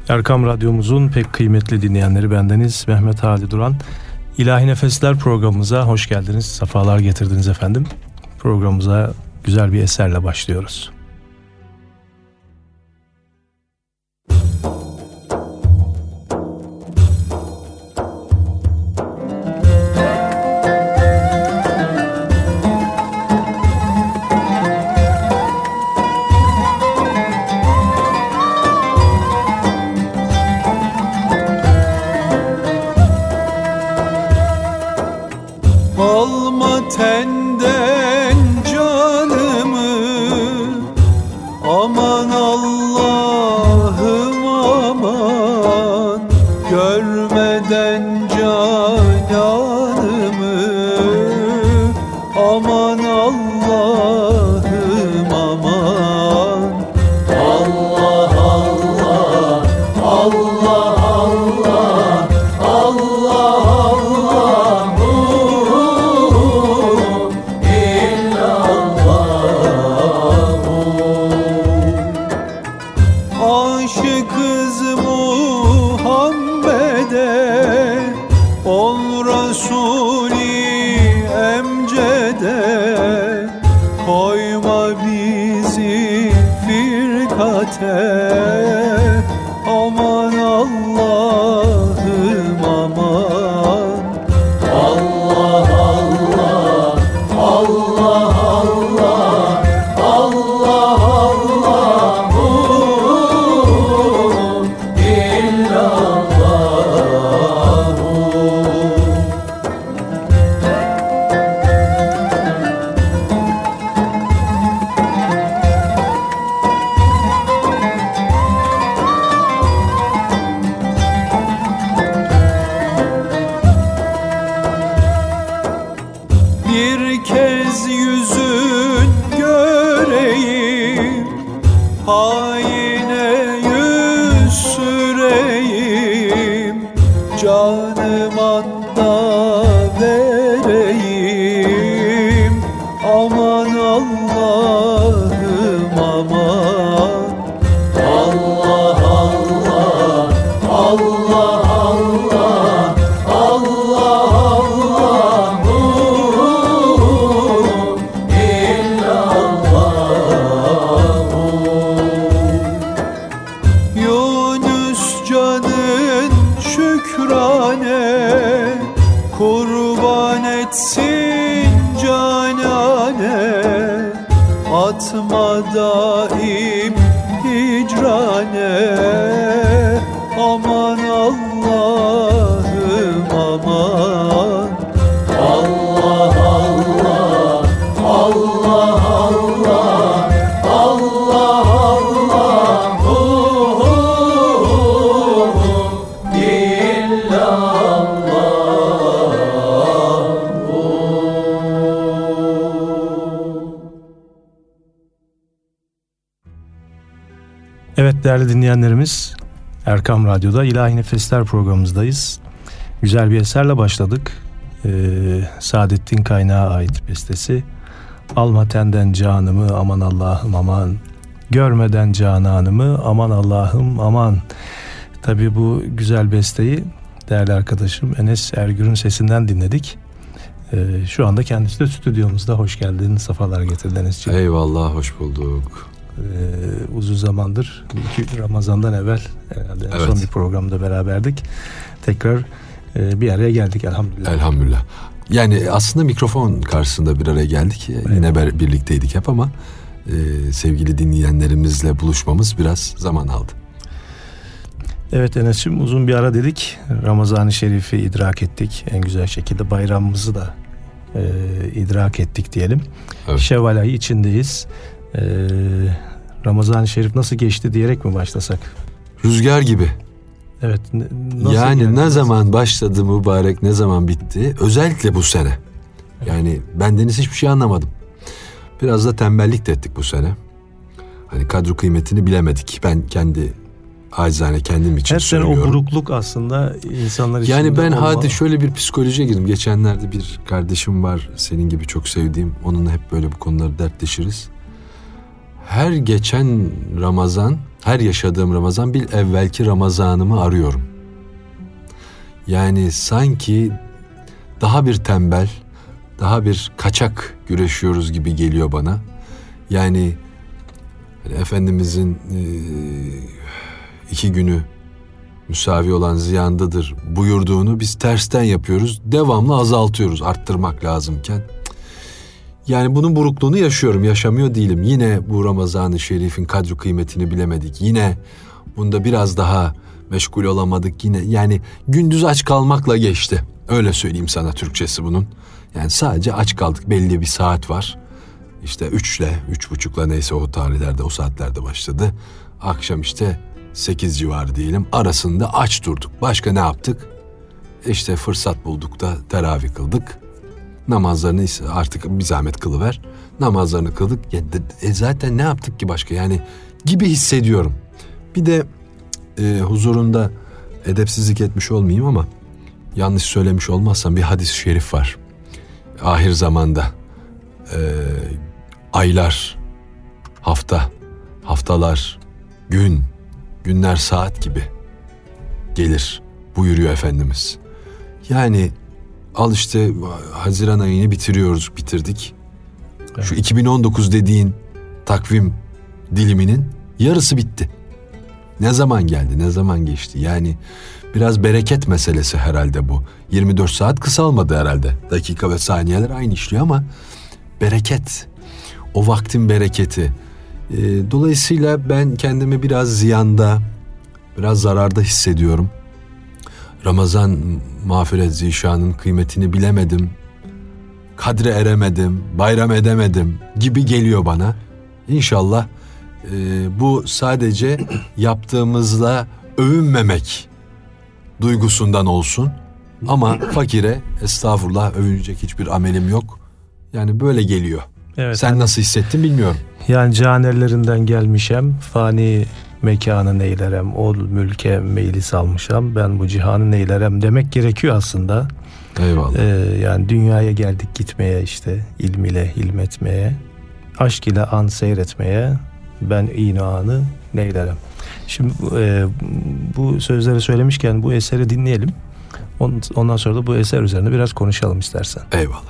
Erkam Radyomuzun pek kıymetli dinleyenleri, bendeniz Mehmet Hadi Duran. İlahi Nefesler programımıza hoş geldiniz, sefalar getirdiniz efendim. Programımıza güzel bir eserle başlıyoruz. Evet değerli dinleyenlerimiz, Erkam Radyo'da İlahi Nefesler programımızdayız. Güzel bir eserle başladık. Saadettin Kaynağı ait bestesi. Alma tenden canımı aman Allah'ım aman, görmeden cananımı aman Allah'ım aman. Tabii bu güzel besteyi değerli arkadaşım Enes Ergür'ün sesinden dinledik. Şu anda kendisi de stüdyomuzda. Hoş geldin, sefalar getirdin Enes'ciğim. Eyvallah, hoş bulduk. Uzun zamandır, 2 Ramazan'dan evvel herhalde evet, son bir programda beraberdik. Tekrar bir araya geldik elhamdülillah. Elhamdülillah. Yani aslında mikrofon karşısında bir araya geldik. Evet. Yine birlikteydik hep ama sevgili dinleyenlerimizle buluşmamız biraz zaman aldı. Evet Enes'ciğim, uzun bir ara dedik. Ramazan-ı Şerif'i idrak ettik. En güzel şekilde bayramımızı da idrak ettik diyelim. Evet. Şevval ayı içindeyiz. Ramazan-ı Şerif nasıl geçti diyerek mi başlasak? Rüzgar gibi. Evet. Yani ne zaman başladı mübarek, ne zaman bitti? Özellikle bu sene. Yani bendeniz hiçbir şey anlamadım. Biraz da tembellik de ettik bu sene. Hani kadro kıymetini bilemedik. Ben kendi acizane kendim için her söylüyorum. Her sene o burukluk aslında insanlar için. Yani ben hadi şöyle bir psikolojiye girdim. Geçenlerde bir kardeşim var, senin gibi çok sevdiğim. Onunla hep böyle bu konuları dertleşiriz. Her geçen Ramazan her yaşadığım Ramazan bir evvelki Ramazanımı arıyorum. Yani sanki daha bir tembel, daha bir kaçak güreşiyoruz gibi geliyor bana. Yani Efendimizin 2 günü müsavi olan ziyandadır buyurduğunu biz tersten yapıyoruz. Devamlı azaltıyoruz arttırmak lazımken. Yani bunun burukluğunu yaşıyorum, yaşamıyor değilim. Yine bu Ramazan-ı Şerif'in kadri kıymetini bilemedik. Yine bunda biraz daha meşgul olamadık. Yine yani gündüz aç kalmakla geçti. Öyle söyleyeyim sana Türkçesi bunun. Yani sadece aç kaldık, belli bir saat var. İşte 3'le, 3.30'la neyse o tarihlerde, o saatlerde başladı. Akşam işte 8 civarı diyelim. Arasında aç durduk. Başka ne yaptık? İşte fırsat bulduk da teravih kıldık. Namazlarını artık bir zahmet kılıver. Namazlarını kıldık. Zaten ne yaptık ki başka? Yani gibi hissediyorum. Bir de huzurunda edepsizlik etmiş olmayayım ama yanlış söylemiş olmazsam bir hadis-i şerif var. Ahir zamanda aylar, haftalar, günler saat gibi gelir buyuruyor Efendimiz. Yani al işte Haziran ayını bitirdik. Evet. Şu 2019 dediğin takvim diliminin yarısı bitti. Ne zaman geldi, ne zaman geçti? Yani biraz bereket meselesi herhalde bu. 24 saat kısalmadı herhalde. Dakika ve saniyeler aynı işliyor ama bereket, o vaktin bereketi. Dolayısıyla ben kendimi biraz ziyanda, biraz zararda hissediyorum. Ramazan mağfiret zişanın kıymetini bilemedim, kadre eremedim, bayram edemedim gibi geliyor bana. İnşallah bu sadece yaptığımızla övünmemek duygusundan olsun. Ama fakire estağfurullah övünecek hiçbir amelim yok. Yani böyle geliyor. Evet. Sen nasıl hissettin bilmiyorum. Yani canellerinden gelmişem, fani mekanı neylerem, ol mülke meyli salmışam, ben bu cihanı neylerem demek gerekiyor aslında. Eyvallah. Yani dünyaya geldik gitmeye, işte ilm ile hilmetmeye, aşk ile an seyretmeye, ben iyini anı neylerem. Şimdi bu sözleri söylemişken bu eseri dinleyelim. Ondan sonra da bu eser üzerine biraz konuşalım istersen. Eyvallah.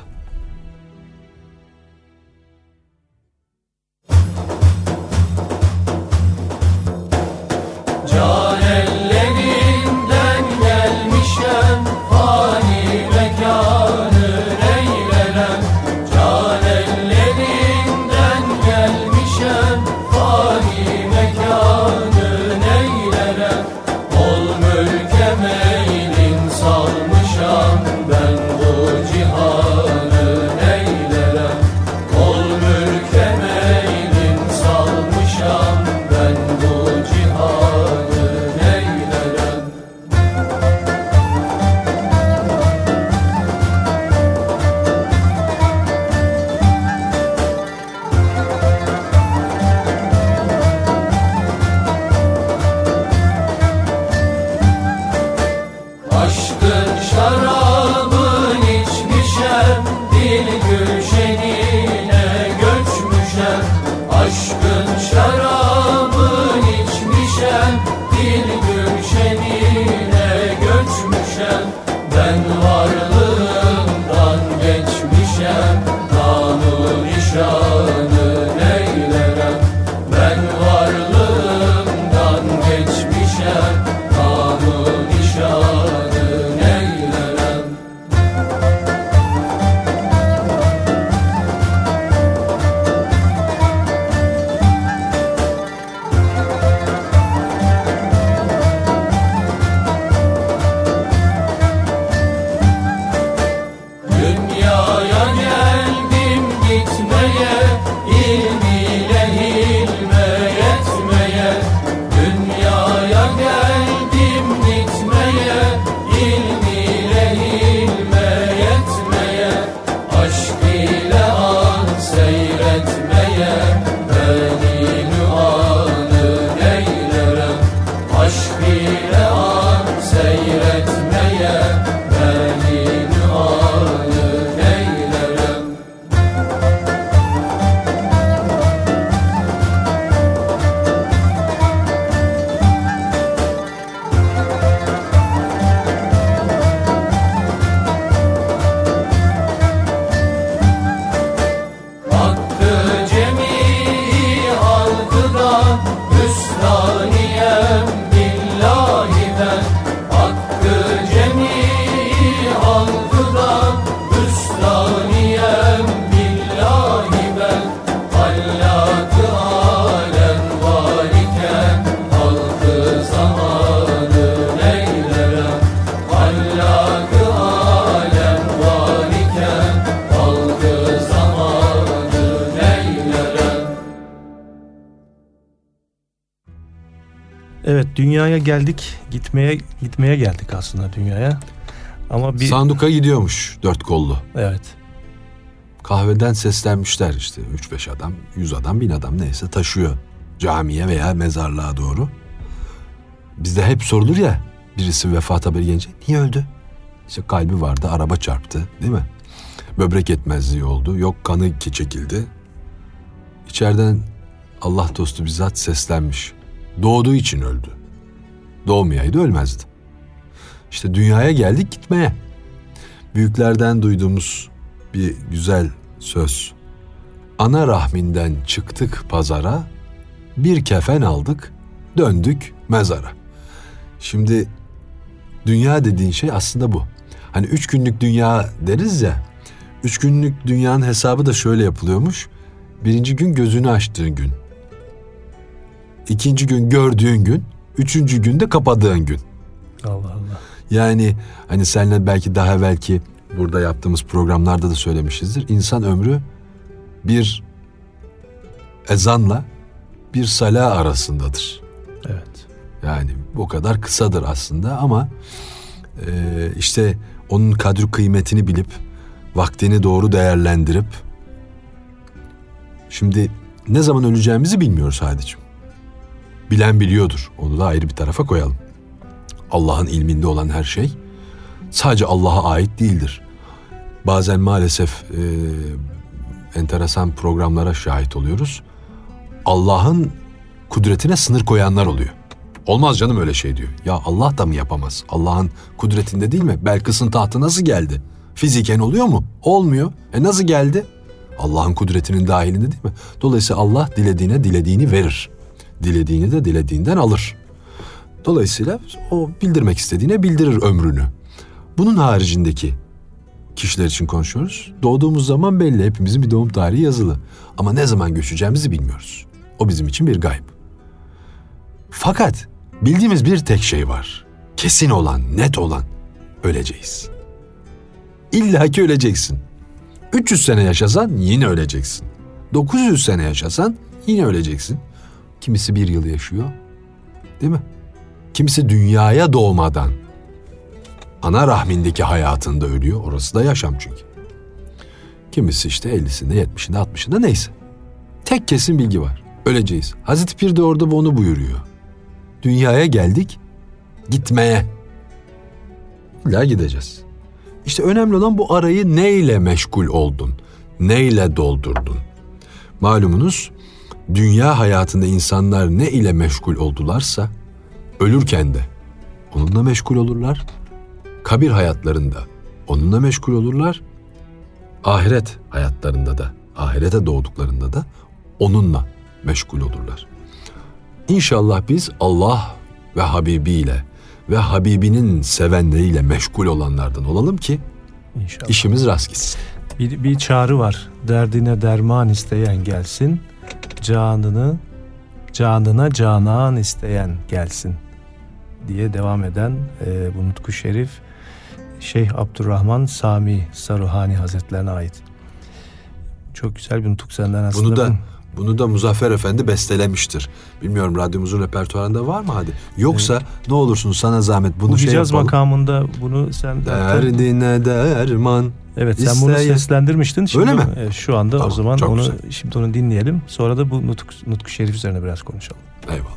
Evet, dünyaya geldik, gitmeye geldik aslında dünyaya. Ama Sanduka gidiyormuş 4 kollu. Evet. Kahveden seslenmişler işte 3-5 adam, 100 adam, 1000 adam neyse taşıyor camiye veya mezarlığa doğru. Bizde hep sorulur ya, birisi vefat haberi gelince niye öldü? İşte kalbi vardı, araba çarptı, değil mi? Böbrek yetmezliği oldu, yok kanı çekildi. İçeriden Allah dostu bizzat seslenmiş. Doğduğu için öldü. Doğmayaydı ölmezdi. İşte dünyaya geldik gitmeye. Büyüklerden duyduğumuz bir güzel söz. Ana rahminden çıktık pazara, bir kefen aldık, döndük mezara. Şimdi dünya dediğin şey aslında bu. Hani 3 günlük dünya deriz ya, 3 günlük dünyanın hesabı da şöyle yapılıyormuş. 1. gün gözünü açtığın gün. 2. gün gördüğün gün. 3. günde kapadığın gün. Allah Allah. Yani hani seninle belki daha evvelki burada yaptığımız programlarda da söylemişizdir. İnsan ömrü bir ezanla bir sala arasındadır. Evet. Yani bu kadar kısadır aslında ama işte onun kadri kıymetini bilip vaktini doğru değerlendirip şimdi ne zaman öleceğimizi bilmiyoruz Hadi'cim. Bilen biliyordur. Onu da ayrı bir tarafa koyalım. Allah'ın ilminde olan her şey sadece Allah'a ait değildir. Bazen maalesef enteresan programlara şahit oluyoruz. Allah'ın kudretine sınır koyanlar oluyor. Olmaz canım öyle şey diyor. Ya Allah da mı yapamaz? Allah'ın kudretinde değil mi? Belkıs'ın tahtı nasıl geldi? Fiziken oluyor mu? Olmuyor. Nasıl geldi? Allah'ın kudretinin dahilinde değil mi? Dolayısıyla Allah dilediğine dilediğini verir. Dilediğini de dilediğinden alır. Dolayısıyla o bildirmek istediğine bildirir ömrünü. Bunun haricindeki kişiler için konuşuyoruz. Doğduğumuz zaman belli. Hepimizin bir doğum tarihi yazılı. Ama ne zaman göçeceğimizi bilmiyoruz. O bizim için bir gayb. Fakat bildiğimiz bir tek şey var. Kesin olan, net olan. Öleceğiz. İlla ki öleceksin. 300 sene yaşasan yine öleceksin. 900 sene yaşasan yine öleceksin. Kimisi 1 yıl yaşıyor. Değil mi? Kimisi dünyaya doğmadan ana rahmindeki hayatında ölüyor. Orası da yaşam çünkü. Kimisi işte 50'sinde, 70'inde, 60'ında neyse. Tek kesin bilgi var. Öleceğiz. Hazreti Pir de orada bunu buyuruyor. Dünyaya geldik, gitmeye. İlla gideceğiz. İşte önemli olan bu arayı neyle meşgul oldun? Neyle doldurdun? Malumunuz dünya hayatında insanlar ne ile meşgul oldularsa ölürken de onunla meşgul olurlar. Kabir hayatlarında onunla meşgul olurlar. Ahiret hayatlarında da, ahirete doğduklarında da onunla meşgul olurlar. İnşallah biz Allah ve Habibiyle ve Habibinin sevenleriyle meşgul olanlardan olalım ki İnşallah. İşimiz rast gitsin. Bir çağrı var. Derdine derman isteyen gelsin. Canına canan isteyen gelsin diye devam eden bu nutku şerif Şeyh Abdurrahman Sami Saruhani Hazretlerine ait. Çok güzel bir nutuk senden aslında. Bunu da Muzaffer Efendi bestelemiştir. Bilmiyorum radyomuzun repertuarında var mı hadi? Yoksa ne olursun sana zahmet bunu şey yapalım. Makamında bunu sen... Derdine derman. Evet sen bunu seslendirmiştin. Şimdi, öyle mi? Şu anda tamam, o zaman onu güzel. Şimdi onu dinleyelim. Sonra da bu nutku şerif üzerine biraz konuşalım. Eyvallah.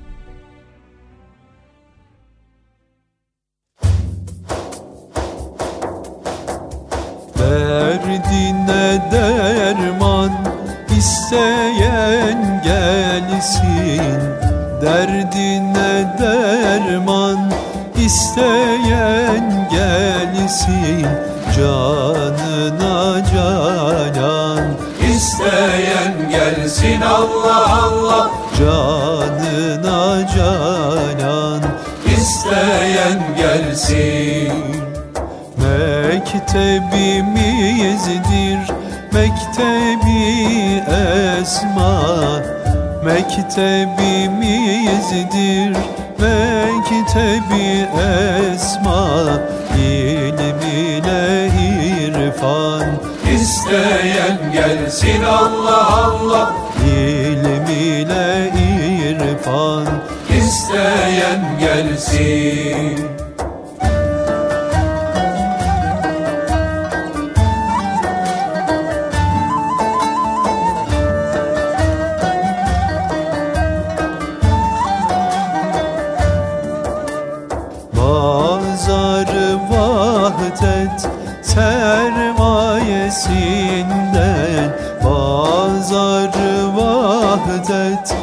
Derdine derman isteyen gelsin. Derdine derman isteyen gelsin. Canına canan isteyen gelsin. Allah Allah. Canına canan isteyen gelsin. Mektebimizdir mektebi esma. Mektebimizdir mektebi esma. İlim ile irfan isteyen gelsin. Allah Allah. İlim ile irfan isteyen İsteyen gelsin. Bazar-ı vahdet sermayesinden, bazar-ı vahdet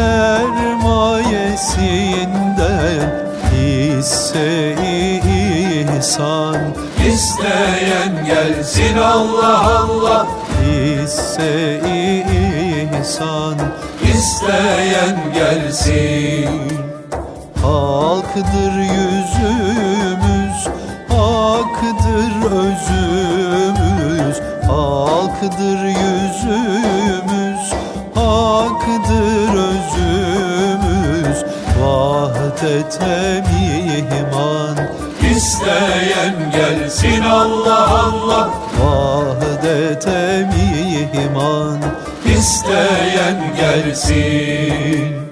sermayesinden hisse-i ihsan. İsteyen gelsin Allah Allah. Hisse-i ihsan. İsteyen gelsin. Halkdır yüzümüz, haktır özümüz. Halkdır yüzümüz, haktır özümüz. Vahdete mihman. İsteyen gelsin Allah Allah. Vahdete mihman. İsteyen gelsin.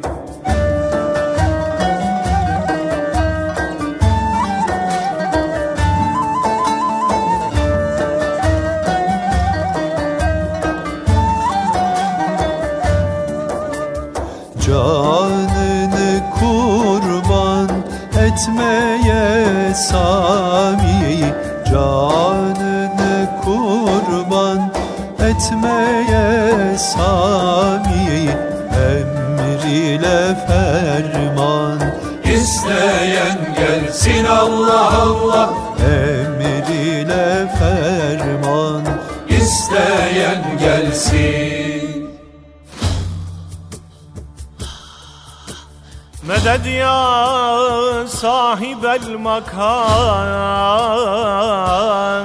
Canını kurban etmeye Sami, canını kurban etmeye Sami, emriyle ferman. İsteyen gelsin Allah Allah. Emriyle ferman. İsteyen gelsin. Meded ya sahibel makan,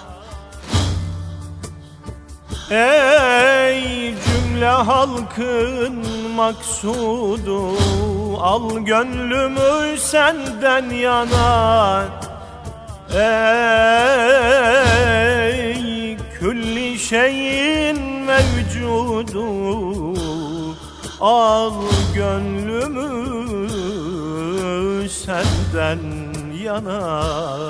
ey cümle halkın maksudu, al gönlümü senden yana. Ey külli şeyin mevcudu, al gönlümü senden yana.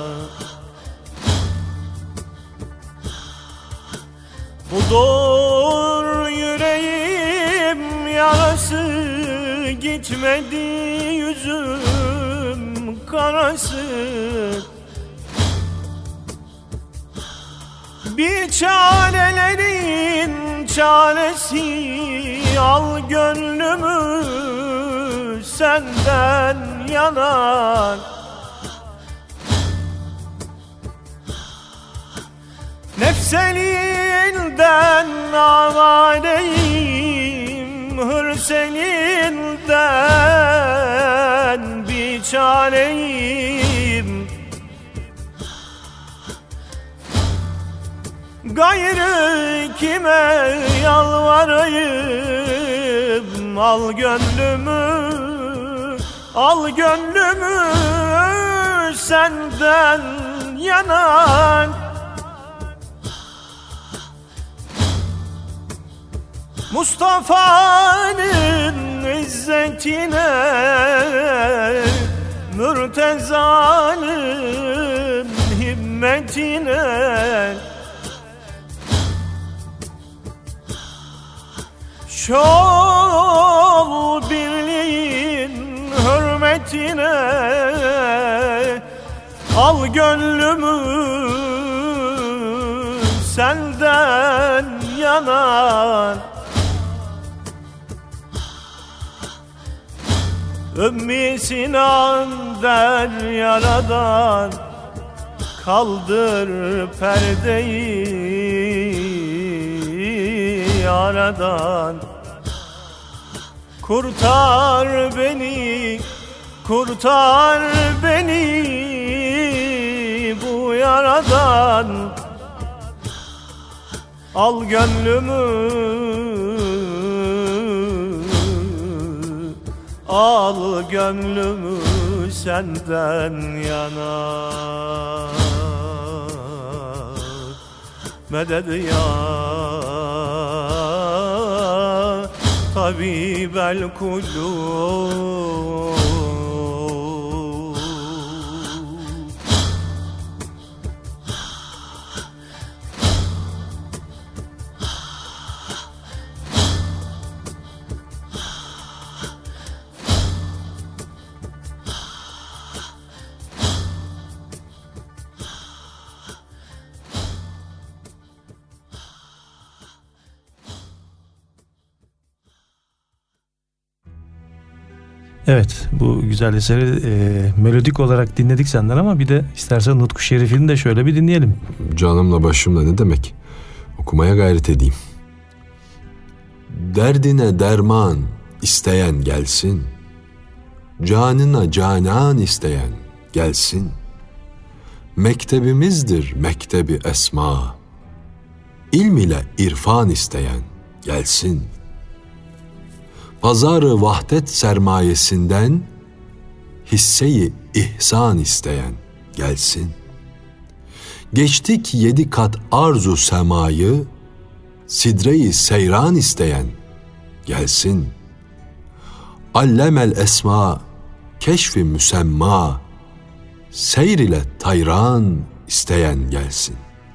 Budur yüreğim yarası, gitmedi yüzüm karası. Bir çarelerin çaresi, al gönlümü senden yana. Nefselinden avareyim, hırs elinden bir çareyim. Gayrı kime yalvarayım, al gönlümü, al gönlümü senden yana. Mustafa'nın izzetine, Mürteza'nın himmetine, şol birliğin hürmetine, al gönlümü senden yana. Ümmü Sinan der yaradan, kaldır perdeyi aradan. Kurtar beni, kurtar beni bu yaradan. Al gönlümü, al gönlümü senden yana. Meded ya tabibel kulub, Evet, bu güzel eseri melodik olarak dinledik senden ama bir de istersen Nutku Şerif'ini de şöyle bir dinleyelim. Canımla başımla ne demek? Okumaya gayret edeyim. Derdine derman isteyen gelsin. Canına canan isteyen gelsin. Mektebimizdir mektebi esma. İlm ile irfan isteyen gelsin. Pazarı vahdet sermayesinden hisseyi ihsan isteyen gelsin. Geçtik 7 kat arzu semayı, sidre-i seyran isteyen gelsin. Allemel esma, keşfi müsemma, seyr ile tayran isteyen gelsin.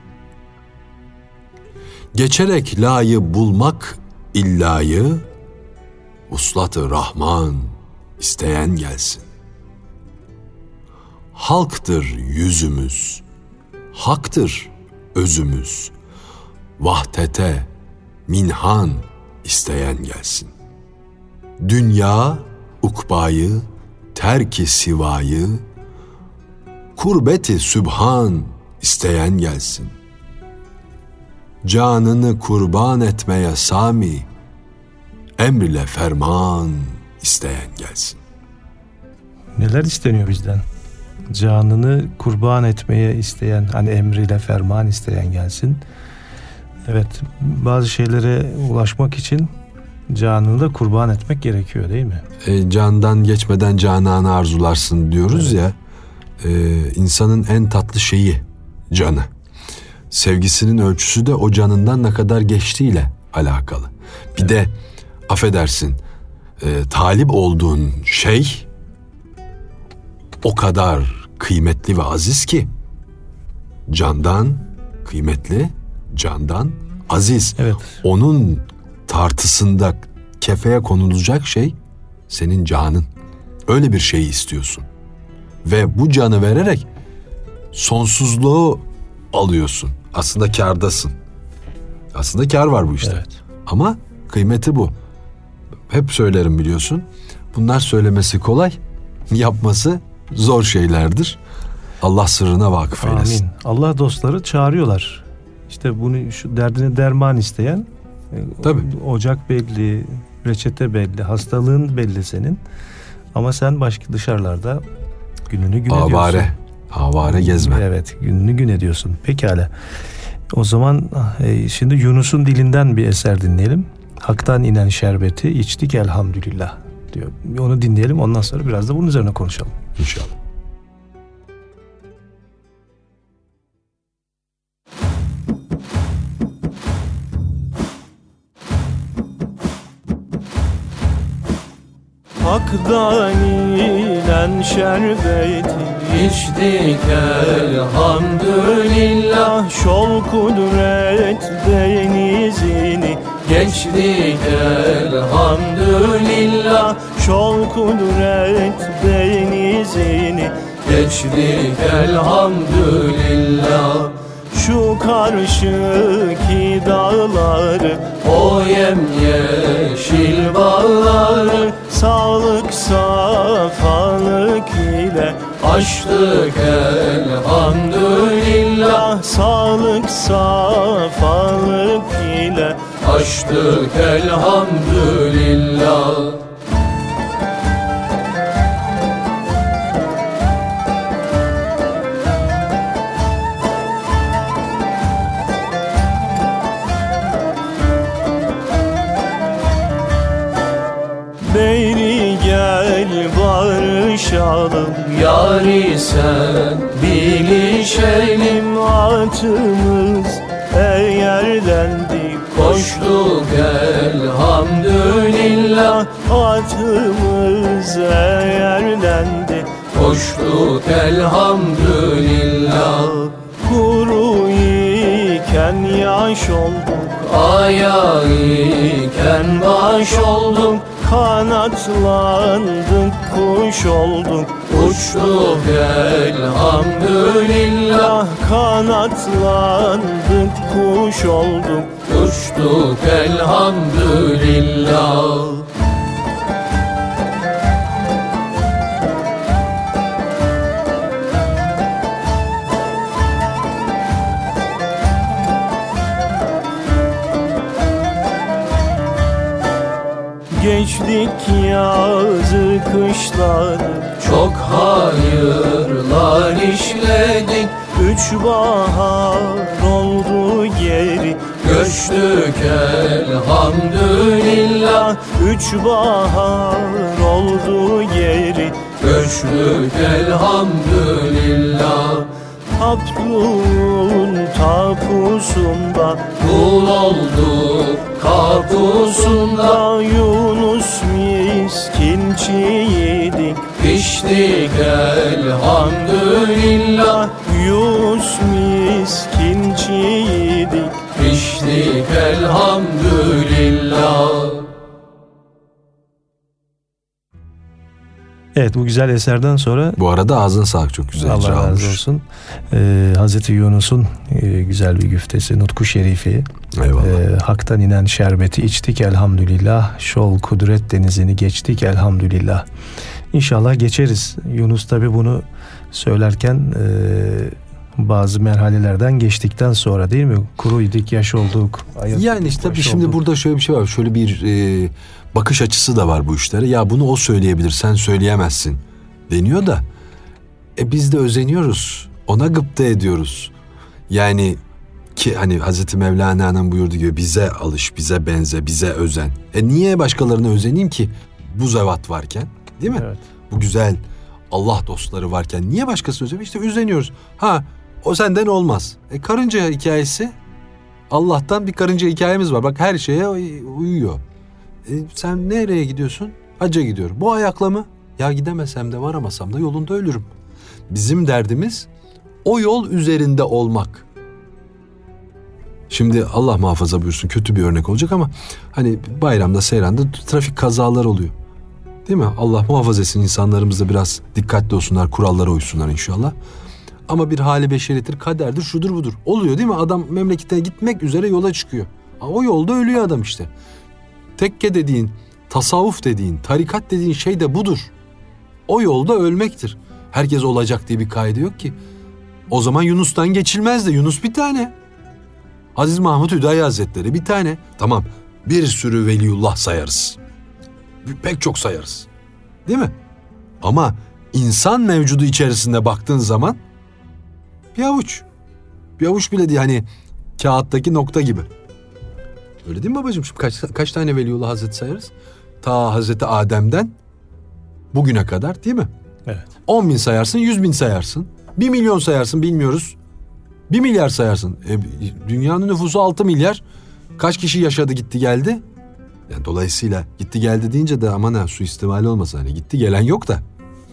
Geçerek la'yı bulmak illayı, vuslat-ı Rahman isteyen gelsin. Halktır yüzümüz, haktır özümüz, vahdete minhan isteyen gelsin. Dünya, ukbayı, terki sivayı, kurbeti sübhan isteyen gelsin. Canını kurban etmeye sami, emrile ferman isteyen gelsin. Neler isteniyor bizden? Canını kurban etmeye isteyen, hani emriyle ferman isteyen gelsin. Evet, bazı şeylere ulaşmak için canını da kurban etmek gerekiyor değil mi? Candan geçmeden cananı arzularsın diyoruz ya. İnsanın en tatlı şeyi canı. Sevgisinin ölçüsü de o canından ne kadar geçtiğiyle alakalı. Bir de affedersin, talip olduğun şey o kadar kıymetli ve aziz ki candan kıymetli, candan aziz. Evet. Onun tartısında kefeye konulacak şey senin canın. Öyle bir şeyi istiyorsun. Ve bu canı vererek sonsuzluğu alıyorsun. Aslında kârdasın. Aslında kâr var bu işte. Evet. Ama kıymeti bu. Hep söylerim biliyorsun. Bunlar söylemesi kolay, yapması zor şeylerdir. Allah sırrına vakıf eylesin. Amin. Allah dostları çağırıyorlar. İşte bunu, şu derdine derman isteyen, tabii. Ocak belli, reçete belli, hastalığın belli senin. Ama sen başka dışarılarda gününü gün ediyorsun. Avare gezme. Evet, gününü gün ediyorsun. Pekala. O zaman şimdi Yunus'un dilinden bir eser dinleyelim. Hak'tan inen şerbeti içtik elhamdülillah diyor. Onu dinleyelim, ondan sonra biraz da bunun üzerine konuşalım. İnşallah. Hak'tan inen şerbeti İçtik elhamdülillah, şol kudret denizini geçtik elhamdülillah, şol kudret denizini geçtik elhamdülillah. şu karşıki dağları, O yemyeşil bağları sağlık safalık ile aştık elhamdülillah, sağlık safalık ile aştık elhamdülillah. Beyri gel barışalım, Yâri sen bilişelim, atımız yerdendi koştuk elhamdülillah, atımız yerdendi koştuk elhamdülillah. Kuru iken yaş olduk, Aya iken baş olduk, kanatlandık kuş olduk. uçtuk elhamdülillah, Kanatlandık kuş olduk. uçtuk elhamdülillah. geçtik yazı kışları. Çok hayırlar işledik, 3 bahar oldu geri göçtük elhamdülillah. 3 bahar oldu geri Göçtük elhamdülillah. Abdül'ün tapusunda, Kul olduk kapusunda, Yunus miskin çiğdik, piştik elhamdülillah. Yunus miskin çiğdik. Piştik elhamdülillah. Evet, bu güzel eserden sonra Bu arada ağzına sağlık, çok güzel Allah icra razı olmuş. olsun. Hazreti Yunus'un güzel bir güftesi, Nutku Şerifi. Eyvallah. Hak'tan inen şerbeti içtik elhamdülillah. Şol kudret denizini geçtik elhamdülillah. İnşallah geçeriz. Yunus tabi bunu söylerken bazı merhalelerden geçtikten sonra, değil mi? Kuruydik, yaş olduk. Yani işte tabii yaş şimdi olduk. burada şöyle bir şey var. Şöyle bir bakış açısı da var bu işlere. Ya bunu o söyleyebilir, sen söyleyemezsin deniyor da biz de özeniyoruz. Ona gıpta ediyoruz. Yani ki hani Hazreti Mevlana'nın buyurduğu gibi bize alış, bize benze, bize özen. Niye başkalarına özeneyim ki bu zevat varken, değil mi? Evet. Bu güzel Allah dostları varken niye başkasına özeneyim? İşte özeniyoruz. Ha, o senden olmaz. Karınca hikayesi, Allah'tan bir karınca hikayemiz var. Bak her şeye uyuyor. Sen nereye gidiyorsun? Hacca gidiyorum. Bu ayakla mı? Ya gidemesem de varamasam da yolunda ölürüm. Bizim derdimiz o yol üzerinde olmak. Şimdi Allah muhafaza buyursun, kötü bir örnek olacak ama hani bayramda, seyranda trafik kazaları oluyor. Değil mi? Allah muhafaza etsin, insanlarımız da biraz dikkatli olsunlar, kurallara uysunlar inşallah. Ama bir hali beşeridir, kaderdir, şudur budur. Oluyor değil mi? Adam memlekete gitmek üzere yola çıkıyor. O yolda ölüyor adam işte. Tekke dediğin, tasavvuf dediğin, tarikat dediğin şey de budur. O yolda ölmektir. Herkes olacak diye bir kaide yok ki. O zaman Yunus'tan geçilmez de Yunus bir tane. Aziz Mahmud Hüdayi Hazretleri bir tane. Tamam, bir sürü veliullah sayarız. Pek çok sayarız. Değil mi? Ama insan mevcudu içerisinde baktığın zaman bir avuç. Bir avuç bile değil, hani kağıttaki nokta gibi. Öyle değil mi babacığım? Şimdi kaç tane veliullah hazreti sayarız? Ta Hazreti Adem'den bugüne kadar, değil mi? Evet. 10.000 sayarsın, 100.000 sayarsın. 1 milyon sayarsın, bilmiyoruz. 1 milyar sayarsın. Dünyanın nüfusu 6 milyar. Kaç kişi yaşadı, gitti geldi? Yani dolayısıyla gitti geldi deyince de aman ha, suistimali olmasın. Hani gitti gelen yok da.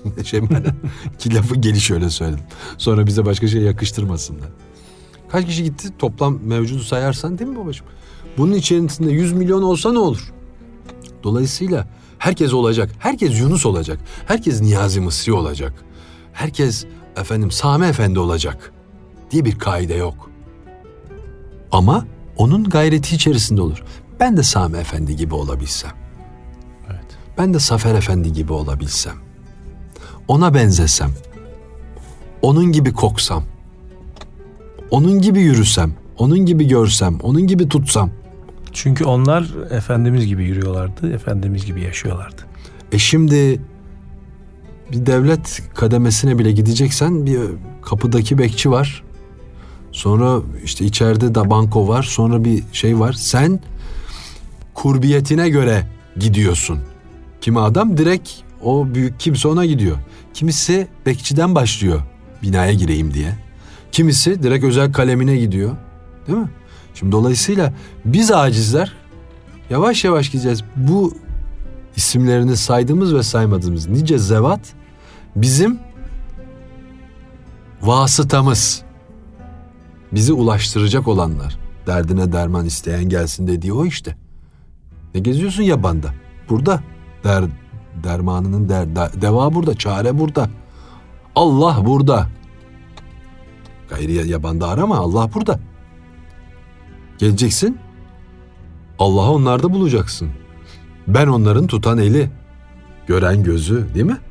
Ki lafı gelişi öyle söyledim. Sonra bize başka şey yakıştırmasınlar. Kaç kişi gitti? Toplam mevcudu sayarsan, değil mi babacığım? Bunun içerisinde 100 milyon olsa ne olur? Dolayısıyla herkes olacak. Herkes Yunus olacak. Herkes Niyazi Mısri olacak. Herkes Sami Efendi olacak diye bir kaide yok. Ama onun gayreti içerisinde olur. Ben de Sami Efendi gibi olabilsem. Evet. Ben de Safer Efendi gibi olabilsem. Ona benzesem. Onun gibi koksam. Onun gibi yürüsem. Onun gibi görsem. Onun gibi tutsam. Çünkü onlar Efendimiz gibi yürüyorlardı, Efendimiz gibi yaşıyorlardı. Şimdi bir devlet kademesine bile gideceksen bir kapıdaki bekçi var. Sonra işte içeride de banko var. Sonra bir şey var. Sen kurbiyetine göre gidiyorsun. Kimi adam direkt o büyük kimse ona gidiyor. Kimisi bekçiden başlıyor binaya gireyim diye. Kimisi direkt özel kalemine gidiyor. Değil mi? Şimdi dolayısıyla biz acizler yavaş yavaş gideceğiz. Bu isimlerini saydığımız ve saymadığımız nice zevat bizim vasıtamız. Bizi ulaştıracak olanlar. Derdine derman isteyen gelsin dediği o işte. Ne geziyorsun yabanda? Burada. Dermanının deva burada. Çare burada. Allah burada. Gayri yabanda arama. Allah burada. Geleceksin. Allah'ı onlarda bulacaksın. Ben onların tutan eli, gören gözü, değil mi?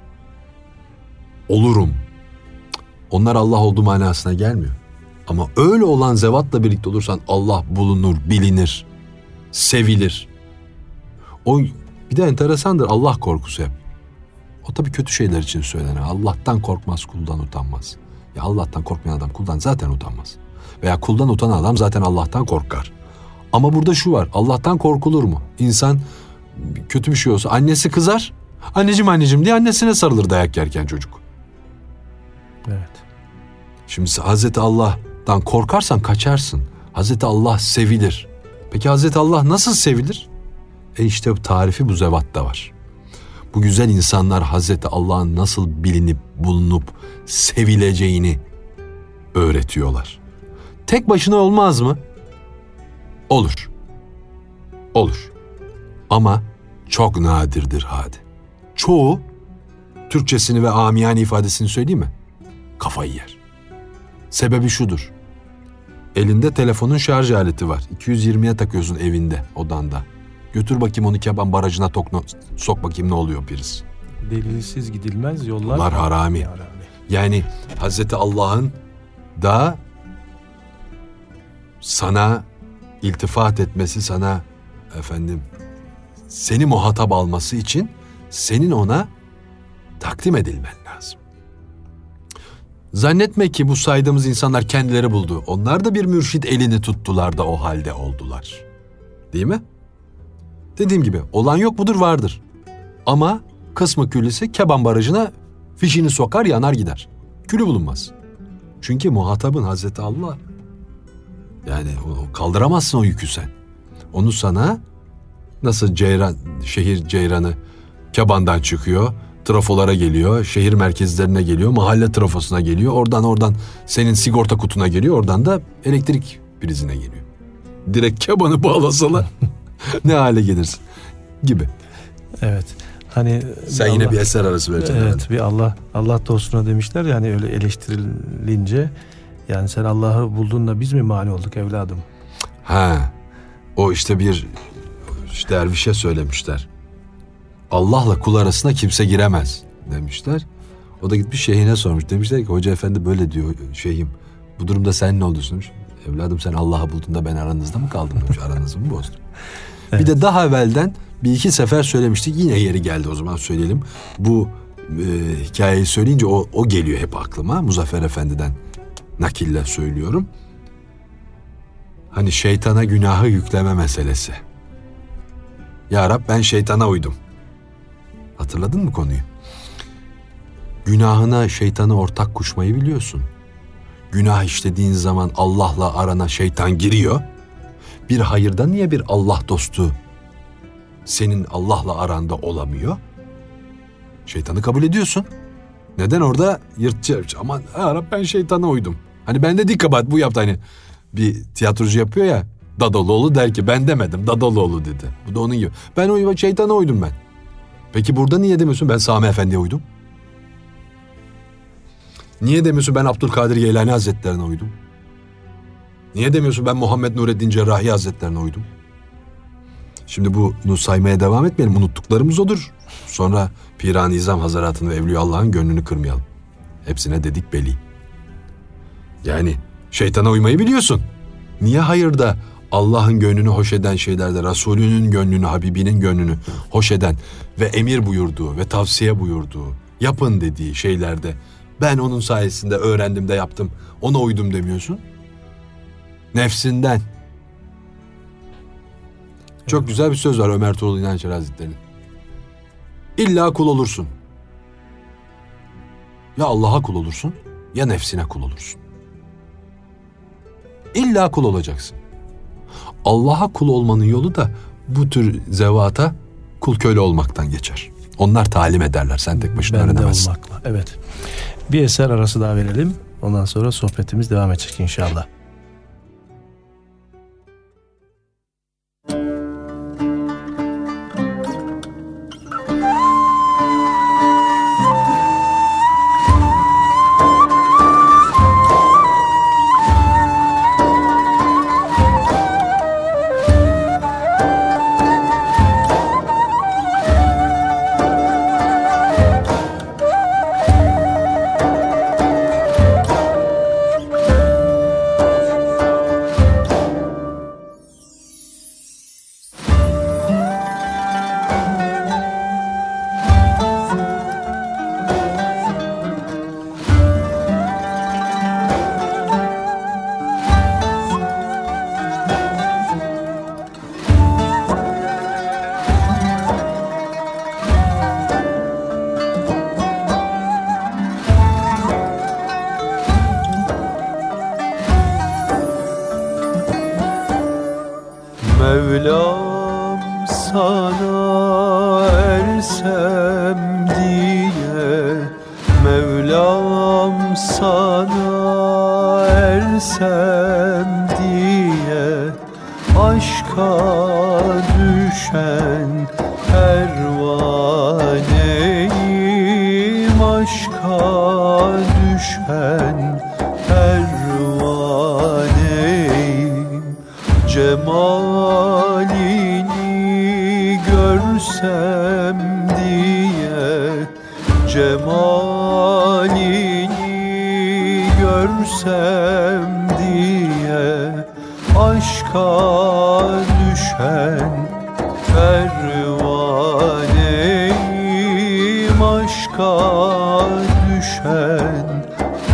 Olurum. Onlar Allah olduğu manasına gelmiyor. Ama öyle olan zevatla birlikte olursan Allah bulunur, bilinir, sevilir. O Bir de enteresandır Allah korkusu hep. O tabii kötü şeyler için söylenir. Allah'tan korkmaz, kuldan utanmaz. Ya Allah'tan korkmayan adam kuldan zaten utanmaz. Veya kuldan utanan adam zaten Allah'tan korkar. Ama burada şu var, Allah'tan korkulur mu? İnsan kötü bir şey olsa annesi kızar. Anneciğim diye annesine sarılır dayak yerken çocuk. Evet. Şimdi Hazreti Allah'tan korkarsan kaçarsın. Hazreti Allah sevilir. Peki Hazreti Allah nasıl sevilir? İşte tarifi bu zevatta var. Bu güzel insanlar Hazreti Allah'ın nasıl bilinip bulunup sevileceğini öğretiyorlar. Tek başına olmaz mı? Olur. Olur. Ama çok nadirdir hadi. Çoğu, Türkçesini ve amiyane ifadesini söyleyeyim mi? Kafayı yer. Sebebi şudur. Elinde telefonun şarj aleti var. 220'ye takıyorsun evinde, odanda. Götür bakayım onu Keban Barajı'na sok bakayım ne oluyor priz. Delilsiz gidilmez yollar. Yollar harami. Yani Hazreti Allah'ın da sana iltifat etmesi, sana seni muhatap alması için senin ona takdim edilmen lazım. Zannetme ki bu saydığımız insanlar kendileri buldu. Onlar da bir mürşit elini tuttular da o halde oldular. Değil mi? Dediğim gibi olan yok mudur vardır. Ama kısmı küllisi Keban Barajı'na fişini sokar yanar gider. Külü bulunmaz. Çünkü muhatabın Hazreti Allah. Yani kaldıramazsın o yükü sen. Onu sana nasıl şehir ceyranı Keban'dan çıkıyor, trafolara geliyor, şehir merkezlerine geliyor, mahalle trafosuna geliyor, oradan senin sigorta kutuna geliyor, oradan da elektrik prizine geliyor. Direkt Keban'ı bağlasalar ne hale gelirsin gibi. Evet. Hani sen yine bir eser arası vereceksin. Evet, bir Allah dostuna demişler ya, hani öyle eleştirilince, yani sen Allah'ı bulduğunda biz mi mani olduk evladım? O işte bir dervişe söylemişler. Allah'la kul arasına kimse giremez demişler. O da gitmiş şeyhine sormuş. Demişler ki hoca efendi böyle diyor şeyhim. Bu durumda sen ne olursun demiş. Evladım sen Allah'ı bulduğunda ben aranızda mı kaldım demiş. Aranızı mı bozdum? Evet. Bir de daha evvelden bir iki sefer söylemiştik. Yine yeri geldi, o zaman söyleyelim. Bu hikayeyi söyleyince o geliyor hep aklıma. Muzaffer Efendi'den nakille söylüyorum. Hani şeytana günahı yükleme meselesi. Ya Rab ben şeytana uydum. Hatırladın mı konuyu? Günahına şeytanı ortak koşmayı biliyorsun. Günah işlediğin zaman Allah'la arana şeytan giriyor. Bir hayırda niye bir Allah dostu senin Allah'la aranda olamıyor? Şeytanı kabul ediyorsun. Neden orada yırtıcı? Aman ya Rab ben şeytana uydum. Hani bende değil kabahat, bu yaptı. Hani bir tiyatrocu yapıyor ya, Dadaloğlu der ki ben demedim, Dadaloğlu dedi. Bu da onun gibi. Ben şeytana uydum ben. Peki burada niye demiyorsun ben Sami Efendi'ye uydum? Niye demiyorsun ben Abdülkadir Geylani Hazretlerine uydum? Niye demiyorsun ben Muhammed Nureddin Cerrahi Hazretlerine uydum? Şimdi bunu saymaya devam etmeyelim. Unuttuklarımız odur. Sonra Pir-i Nizam Hazaratı'nın ve Evliya Allah'ın gönlünü kırmayalım. Hepsine dedik beli. Yani şeytana uymayı biliyorsun. Niye hayırda Allah'ın gönlünü hoş eden şeylerde, Resulünün gönlünü, Habibinin gönlünü hoş eden ve emir buyurduğu ve tavsiye buyurduğu, yapın dediği şeylerde ben onun sayesinde öğrendim de yaptım, ona uydum demiyorsun? Nefsinden. Çok güzel bir söz var Ömer Tuğrul İnançer Hazretleri'nin. İlla kul olursun. Ya Allah'a kul olursun ya nefsine kul olursun. İlla kul olacaksın. Allah'a kul olmanın yolu da bu tür zevata kul köle olmaktan geçer. Onlar talim ederler. Sen tek başına öğrenemezsin. Olmakla. Evet. Bir eser arası daha verelim. Ondan sonra sohbetimiz devam edecek inşallah. Mevlam sana ersem diye aşka düşen pervaneyim, aşka düşen pervaneyim. Cemalini görsem diye, cemalini görsem diye aşka düşen pervaneyim, aşka düşen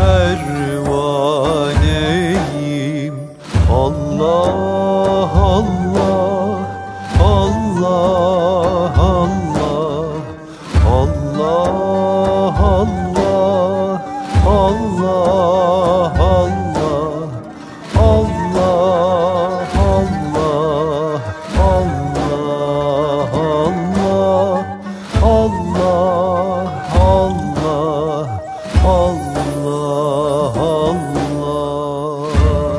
pervaneyim. Allah Allah Allah Allah Allah Allah Allah Allah Allah Allah Allah Allah Allah Allah.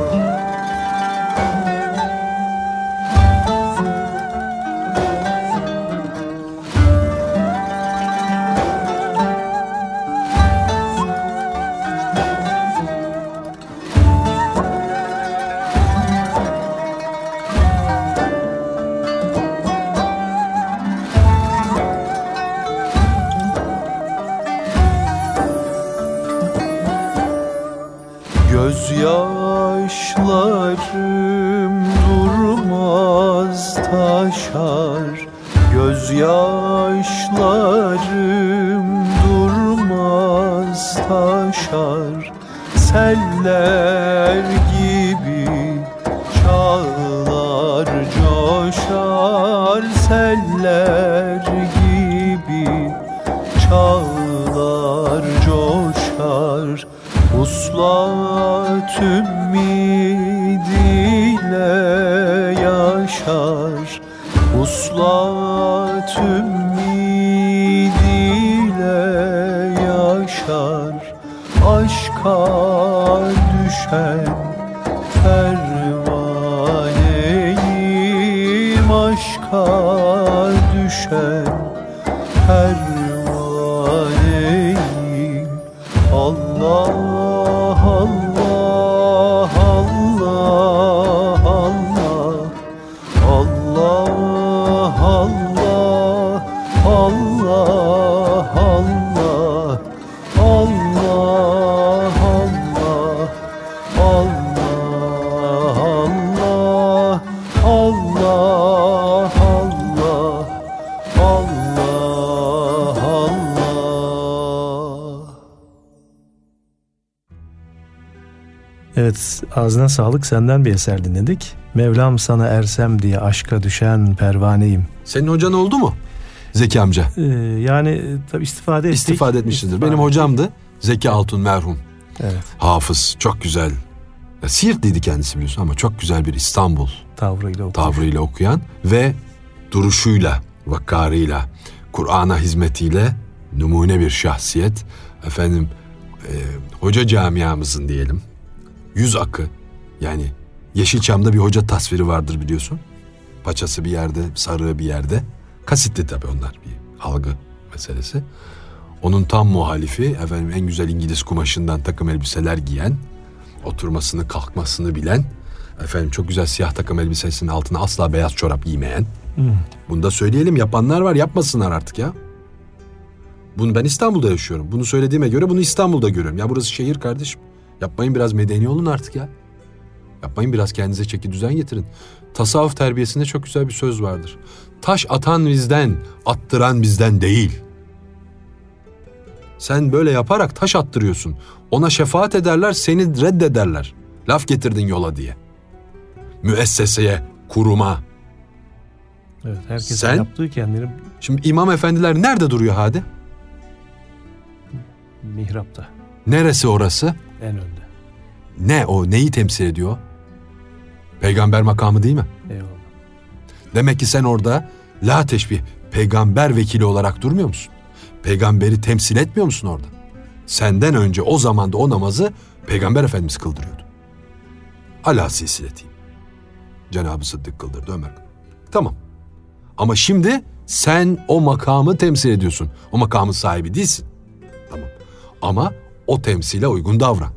Gözyaşlarım durmaz taşar, gözyaşlarım durmaz taşar. Seller gibi çağlar coşar, seller gibi çağlar coşar. Uslat ümidiyle yaşar, uslat ümidiyle yaşar. Aşka düşen pervaneyim, aşka düşen pervaneyim. Allah Allah Allah Allah Allah Allah Allah Allah Allah Allah. Evet, ağzına sağlık, senden bir eser dinledik. Mevlam sana ersem diye aşka düşen pervaneyim. Senin hocan oldu mu Zeki amca? Yani tabii istifade ettik. İstifade etmişsindir. Benim hocamdı Zeki Altun merhum. Evet. Hafız, çok güzel. Ya, Siirtliydi kendisi biliyorsun ama çok güzel bir İstanbul tavrıyla okuyan ve duruşuyla, vakkarıyla, Kur'an'a hizmetiyle numune bir şahsiyet. Efendim, hoca camiamızın diyelim, yüz akı, yani Yeşilçam'da bir hoca tasviri vardır biliyorsun. Paçası bir yerde, sarığı bir yerde. Kasıtlı tabii onlar, bir algı meselesi. Onun tam muhalifi, efendim en güzel İngiliz kumaşından takım elbiseler giyen, oturmasını kalkmasını bilen, efendim çok güzel siyah takım elbisesinin altına asla beyaz çorap giymeyen. Bunu da söyleyelim, yapanlar var, yapmasınlar artık ya. Bunu ben İstanbul'da yaşıyorum. Bunu söylediğime göre bunu İstanbul'da görüyorum. Ya burası şehir kardeşim. Yapmayın, biraz medeni olun artık ya. Yapmayın, biraz kendinize çeki düzen getirin. Tasavvuf terbiyesinde çok güzel bir söz vardır. Taş atan bizden, attıran bizden değil. Sen böyle yaparak taş attırıyorsun. Ona şefaat ederler, seni reddederler. Laf getirdin yola diye. Müesseseye, kuruma. Evet, herkesin yaptığı kendini... Şimdi imam efendiler nerede duruyor Hadi? Mihrapta. Neresi orası? En önde. Ne o? Neyi temsil ediyor? Peygamber makamı değil mi? Eyvallah. Demek ki sen orada la teşbih, peygamber vekili olarak durmuyor musun? Peygamberi temsil etmiyor musun orada? Senden önce o zamanda o namazı Peygamber Efendimiz kıldırıyordu. Ala silsiletiyim. Cenab-ı Sıddık kıldırdı, Ömer. Tamam. Ama şimdi sen o makamı temsil ediyorsun. O makamın sahibi değilsin. Tamam. Ama o temsile uygun davran.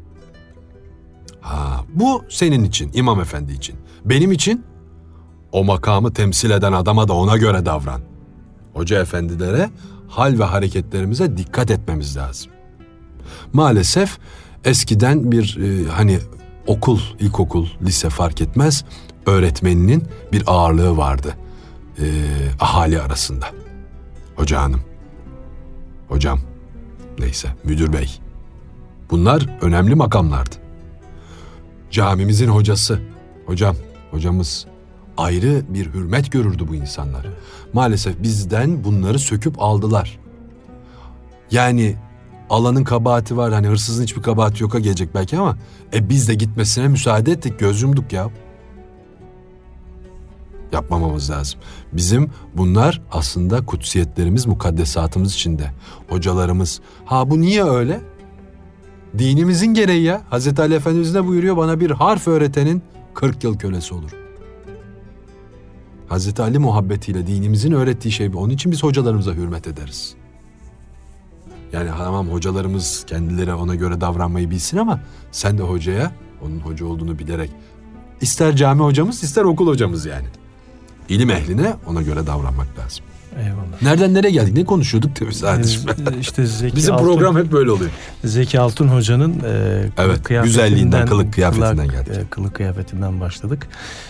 Bu senin için, İmam Efendi için. Benim için o makamı temsil eden adama da ona göre davran. Hoca efendilere, hal ve hareketlerimize dikkat etmemiz lazım. Maalesef eskiden bir okul, ilkokul, lise fark etmez, öğretmeninin bir ağırlığı vardı ahali arasında. Hoca hanım, hocam, neyse müdür bey. Bunlar önemli makamlardı. Camimizin hocası, hocam, hocamız, ayrı bir hürmet görürdü bu insanlar. Maalesef bizden bunları söküp aldılar. Yani alanın kabahati var, hani hırsızın hiçbir kabahati yoka gelecek belki ama biz de gitmesine müsaade ettik, göz yumduk ya. Yapmamamız lazım. Bizim bunlar aslında kutsiyetlerimiz, mukaddesatımız içinde. Hocalarımız. Bu niye öyle? Dinimizin gereği ya. Hazreti Ali Efendimiz ne buyuruyor? Bana bir harf öğretenin 40 yıl kölesi olur. Hazreti Ali muhabbetiyle dinimizin öğrettiği şey bu. Onun için biz hocalarımıza hürmet ederiz. Yani tamam, hocalarımız kendileri ona göre davranmayı bilsin ama sen de hocaya, onun hoca olduğunu bilerek, ister cami hocamız ister okul hocamız yani. İlim ehline ona göre davranmak lazım. Eyvallah. Nereden nereye geldik? Ne konuşuyorduk tabii zaten. İşte bizim program hep böyle oluyor. Zeki Altun Hoca'nın güzelliğinden, kılık kıyafetinden geldik. Kılık kıyafetinden başladık.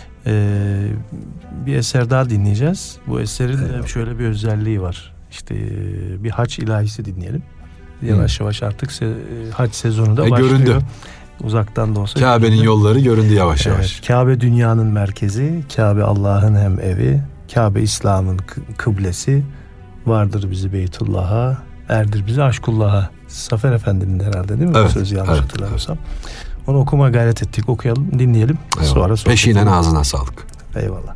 Bir eser daha dinleyeceğiz. Bu eserin şöyle bir özelliği var. İşte bir hac ilahisi dinleyelim. Yavaş yavaş artık hac sezonu da başlıyor. Göründü. Uzaktan da olsa. Kabe'nin yolları göründü yavaş yavaş. Kabe dünyanın merkezi, Kabe Allah'ın hem evi, Kabe İslam'ın kıblesi, vardır bizi Beytullah'a, erdir bizi aşkullah'a. Zafer Efendi'nin herhalde değil mi? Evet, bu sözü yanlış hatırlamıyorsam. Onu okuma gayret ettik, okuyalım, dinleyelim. Eyvallah. Sonra peşinen ağzına sağlık. Eyvallah.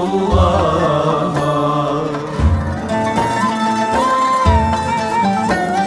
Aşkullah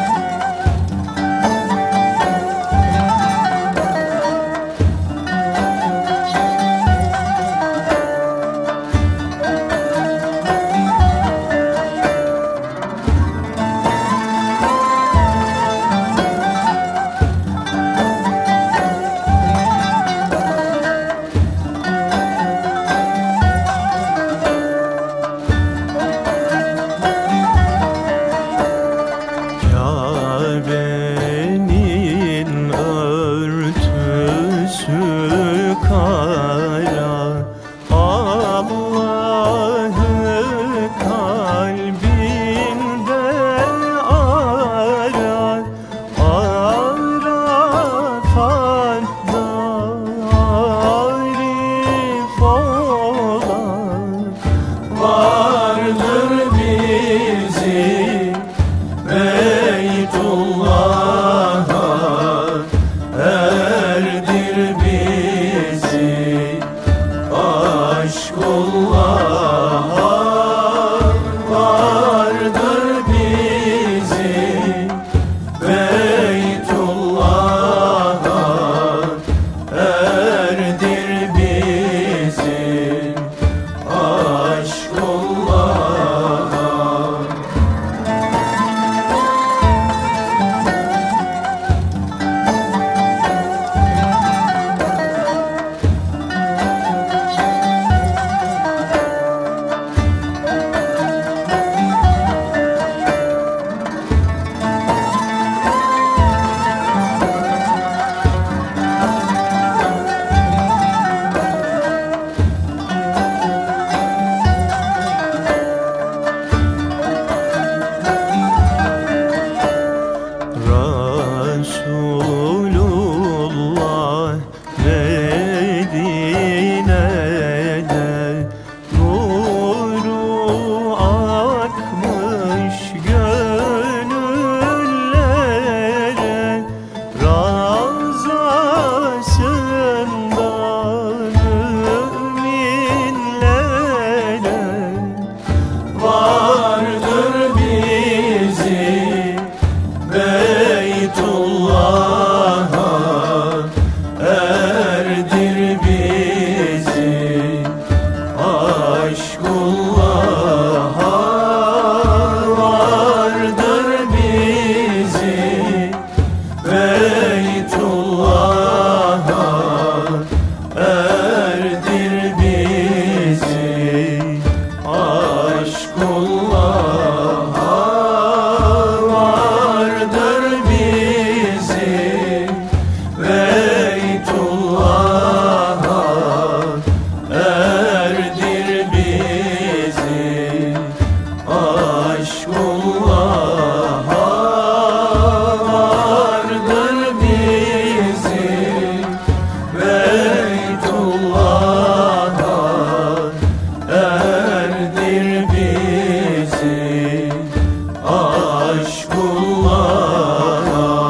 aşkullah'a.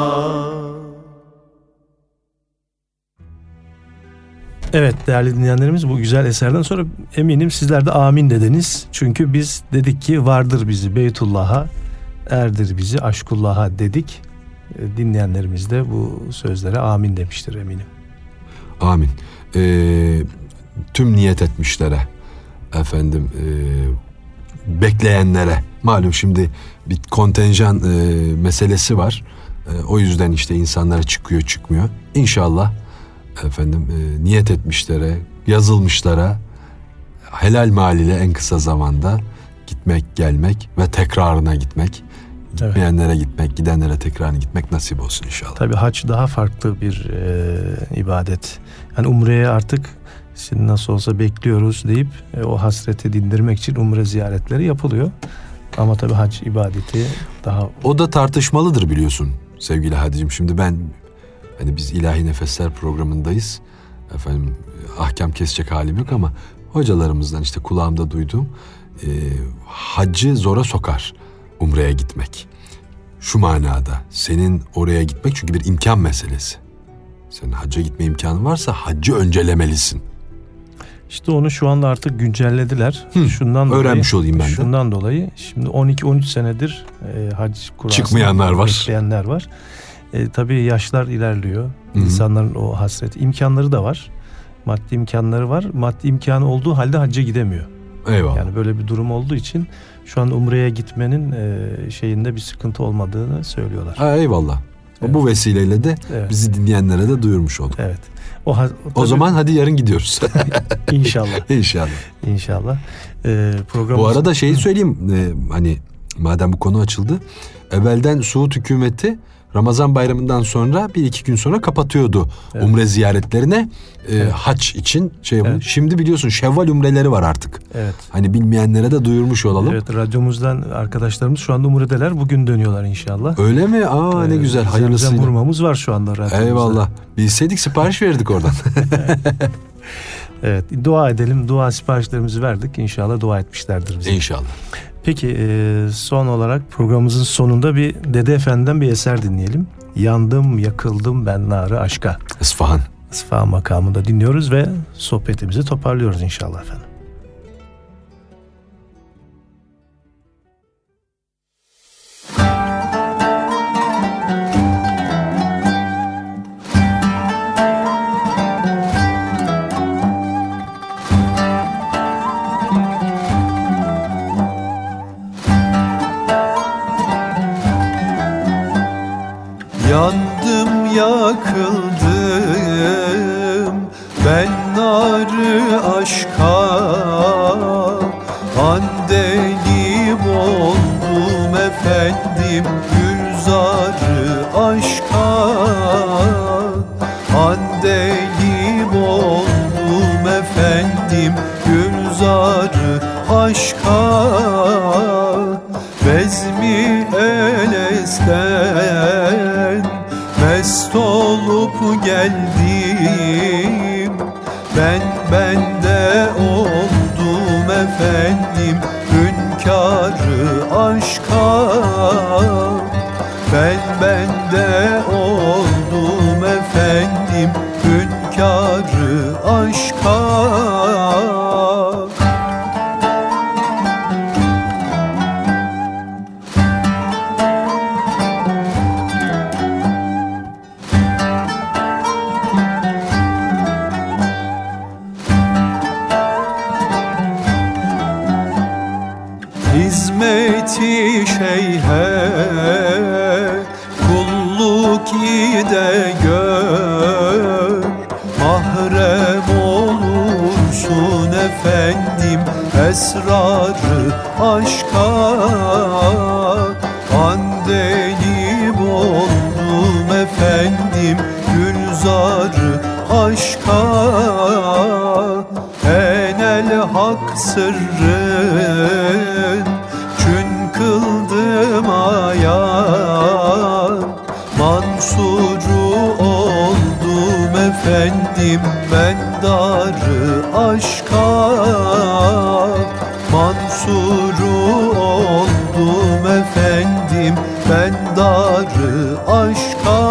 Evet değerli dinleyenlerimiz, bu güzel eserden sonra eminim sizler de amin dediniz. Çünkü biz dedik ki vardır bizi Beytullah'a, erdir bizi aşkullah'a dedik. Dinleyenlerimiz de bu sözlere amin demiştir eminim. Amin. Tüm niyet etmişlere, efendim, bekleyenlere, malum şimdi bir kontenjan meselesi var. O yüzden işte insanlara çıkıyor çıkmıyor. İnşallah efendim niyet etmişlere, yazılmışlara helal mal ile en kısa zamanda gitmek, gelmek ve tekrarına gitmek. Gitmeyenlere gitmek, gidenlere tekrarına gitmek nasip olsun inşallah. Tabii hac daha farklı bir ibadet. Yani umreye artık şimdi nasıl olsa bekliyoruz deyip o hasreti dindirmek için umre ziyaretleri yapılıyor. Ama tabii hac ibadeti daha... O da tartışmalıdır biliyorsun sevgili Hadicim. Şimdi hani biz İlahi Nefesler programındayız. Efendim ahkam kesecek halim yok ama hocalarımızdan işte kulağımda duyduğum haccı zora sokar umreye gitmek. Şu manada senin oraya gitmek çünkü bir imkan meselesi. Senin hacca gitme imkanın varsa haccı öncelemelisin. İşte onu şu anda artık güncellediler. Şundan öğrenmiş dolayı, olayım ben de. Şundan dolayı şimdi 12-13 senedir hac kurasında çıkmayanlar var. Bekleyenler var. Tabii yaşlar ilerliyor. İnsanların o hasreti, imkanları da var. Maddi imkanları var. Maddi imkanı olduğu halde hacca gidemiyor. Eyvallah. Yani böyle bir durum olduğu için şu an umreye gitmenin şeyinde bir sıkıntı olmadığını söylüyorlar. Eyvallah. Evet. Bu vesileyle de bizi dinleyenlere de duyurmuş olduk. Evet. O zaman hadi yarın gidiyoruz. İnşallah. İnşallah. Bu arada şeyi söyleyeyim. Hani madem bu konu açıldı. Evvelden Suud hükümeti Ramazan bayramından sonra 1-2 gün sonra kapatıyordu umre ziyaretlerine hac için Evet. Şimdi biliyorsun Şevval umreleri var artık. Evet. Hani bilmeyenlere de duyurmuş olalım. Evet, radyomuzdan arkadaşlarımız şu anda umredeler. Bugün dönüyorlar inşallah. Öyle mi? Ne güzel. Hayırlısıyla. Zemzem hurmamız var şu anda radyomuzda. Eyvallah. Bilseydik sipariş verirdik oradan. Evet, dua edelim. Dua siparişlerimizi verdik. İnşallah dua etmişlerdir bize. İnşallah. Peki son olarak programımızın sonunda bir Dede Efendi'den bir eser dinleyelim. Yandım, yakıldım ben narı aşka. İsfahan. İsfahan makamında dinliyoruz ve sohbetimizi toparlıyoruz inşallah efendim. Yandım yakıldım ben narı aşka, andelim oldum efendim gülzarı aşka, andelim oldum efendim gülzarı aşka, bezmi elesten mest olup geldim, bende oldum efendim hünkârı aşka, bende oldum efendim hünkârı aşka. Hizmeti şeyhe kulluk ide gör, mahrem olursun efendim esrarı aşka, andelim oldum efendim gülzarı aşka, enel hak sırrın çün kıldım ayan, mansuru oldum efendim ben darı aşka, mansuru oldum efendim ben darı aşka.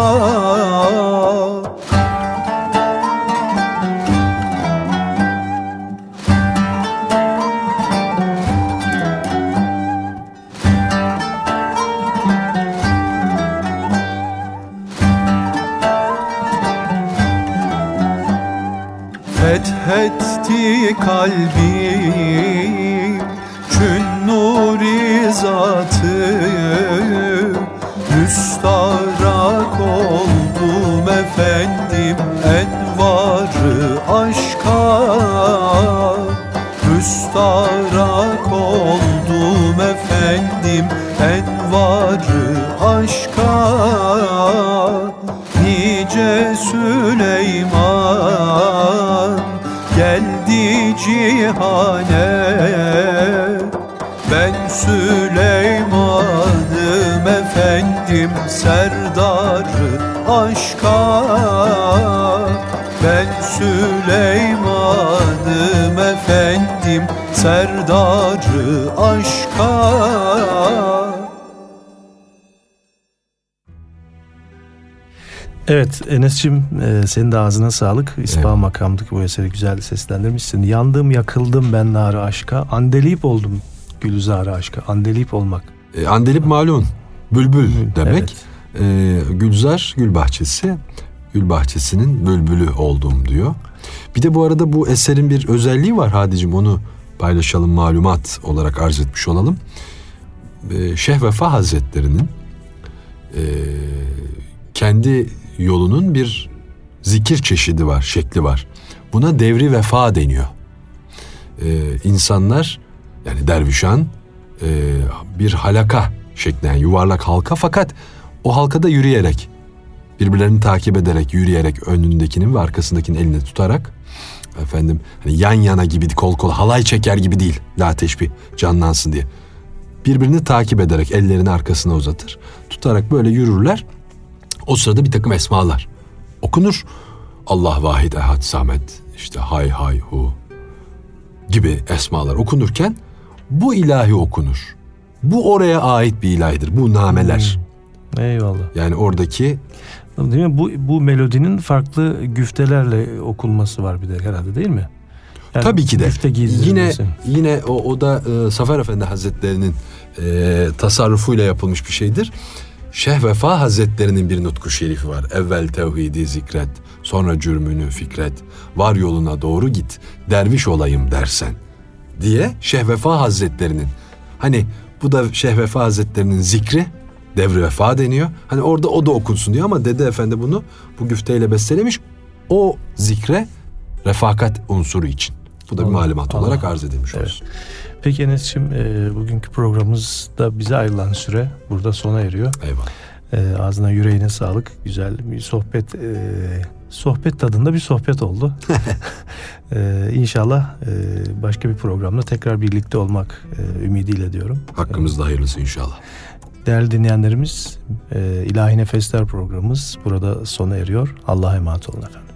Fethetti kalbim çün nuri zatı, müstarak oldum efendim envarı aşka. Müstarak oldum efendim envarı aşka. Nice Süleyman geldi cihane, ben Süleyman'ım efendim serdarı aşka. Ben Süleyman'ım efendim serdarı aşka. Evet Enes'cim, senin de ağzına sağlık. İspahan makamındaki bu eseri güzel seslendirmişsin. Yandım yakıldım ben narı aşka, andelip oldum gülzarı aşka. Andelip olmak. Andelip malum bülbül demek. Evet. Gülzar gül bahçesi. Gül bahçesinin bülbülü oldum diyor. Bir de bu arada bu eserin bir özelliği var Hadicim, onu paylaşalım, malumat olarak arz etmiş olalım. Şeyh Vefa Hazretleri'nin kendi yolunun bir zikir çeşidi var, şekli var. Buna devri vefa deniyor. İnsanlar, yani dervişan bir halaka şeklinde, yuvarlak halka, fakat o halkada yürüyerek, birbirlerini takip ederek, yürüyerek, önündekinin ve arkasındakinin elini tutarak, efendim hani yan yana gibi, kol kola halay çeker gibi değil, la teşbih canlansın diye, birbirini takip ederek ellerini arkasına uzatır, tutarak böyle yürürler. O sırada bir takım esmalar okunur. Allah vahid ehad samet, işte hay hay hu gibi esmalar okunurken bu ilahi okunur. Bu oraya ait bir ilahidir. Bu nameler. Eyvallah. Yani oradaki, değil mi? Bu melodinin farklı güftelerle okunması var bir de herhalde, değil mi? Yani tabii ki de. Yine o da Zafer Efendi Hazretleri'nin tasarrufuyla yapılmış bir şeydir. Şeyh Vefa Hazretleri'nin bir nutku şerifi var. Evvel tevhidi zikret, sonra cürmünü fikret, var yoluna doğru git, derviş olayım dersen diye Şeyh Vefa Hazretleri'nin, hani bu da Şeyh Vefa Hazretleri'nin zikri, devri vefa deniyor. Hani orada o da okunsun diyor ama Dede Efendi bunu bu güfteyle bestelemiş, o zikre refakat unsuru için. Bu da bir malumat olarak arz edilmiş olsun. Evet. Peki Enes'ciğim, bugünkü programımızda bize ayrılan süre burada sona eriyor. Eyvallah. Ağzına yüreğine sağlık. Güzel bir sohbet tadında bir sohbet oldu. İnşallah başka bir programda tekrar birlikte olmak ümidiyle diyorum. Hakkımızda hayırlısı inşallah. Değerli dinleyenlerimiz, İlahi Nefesler programımız burada sona eriyor. Allah'a emanet olun efendim.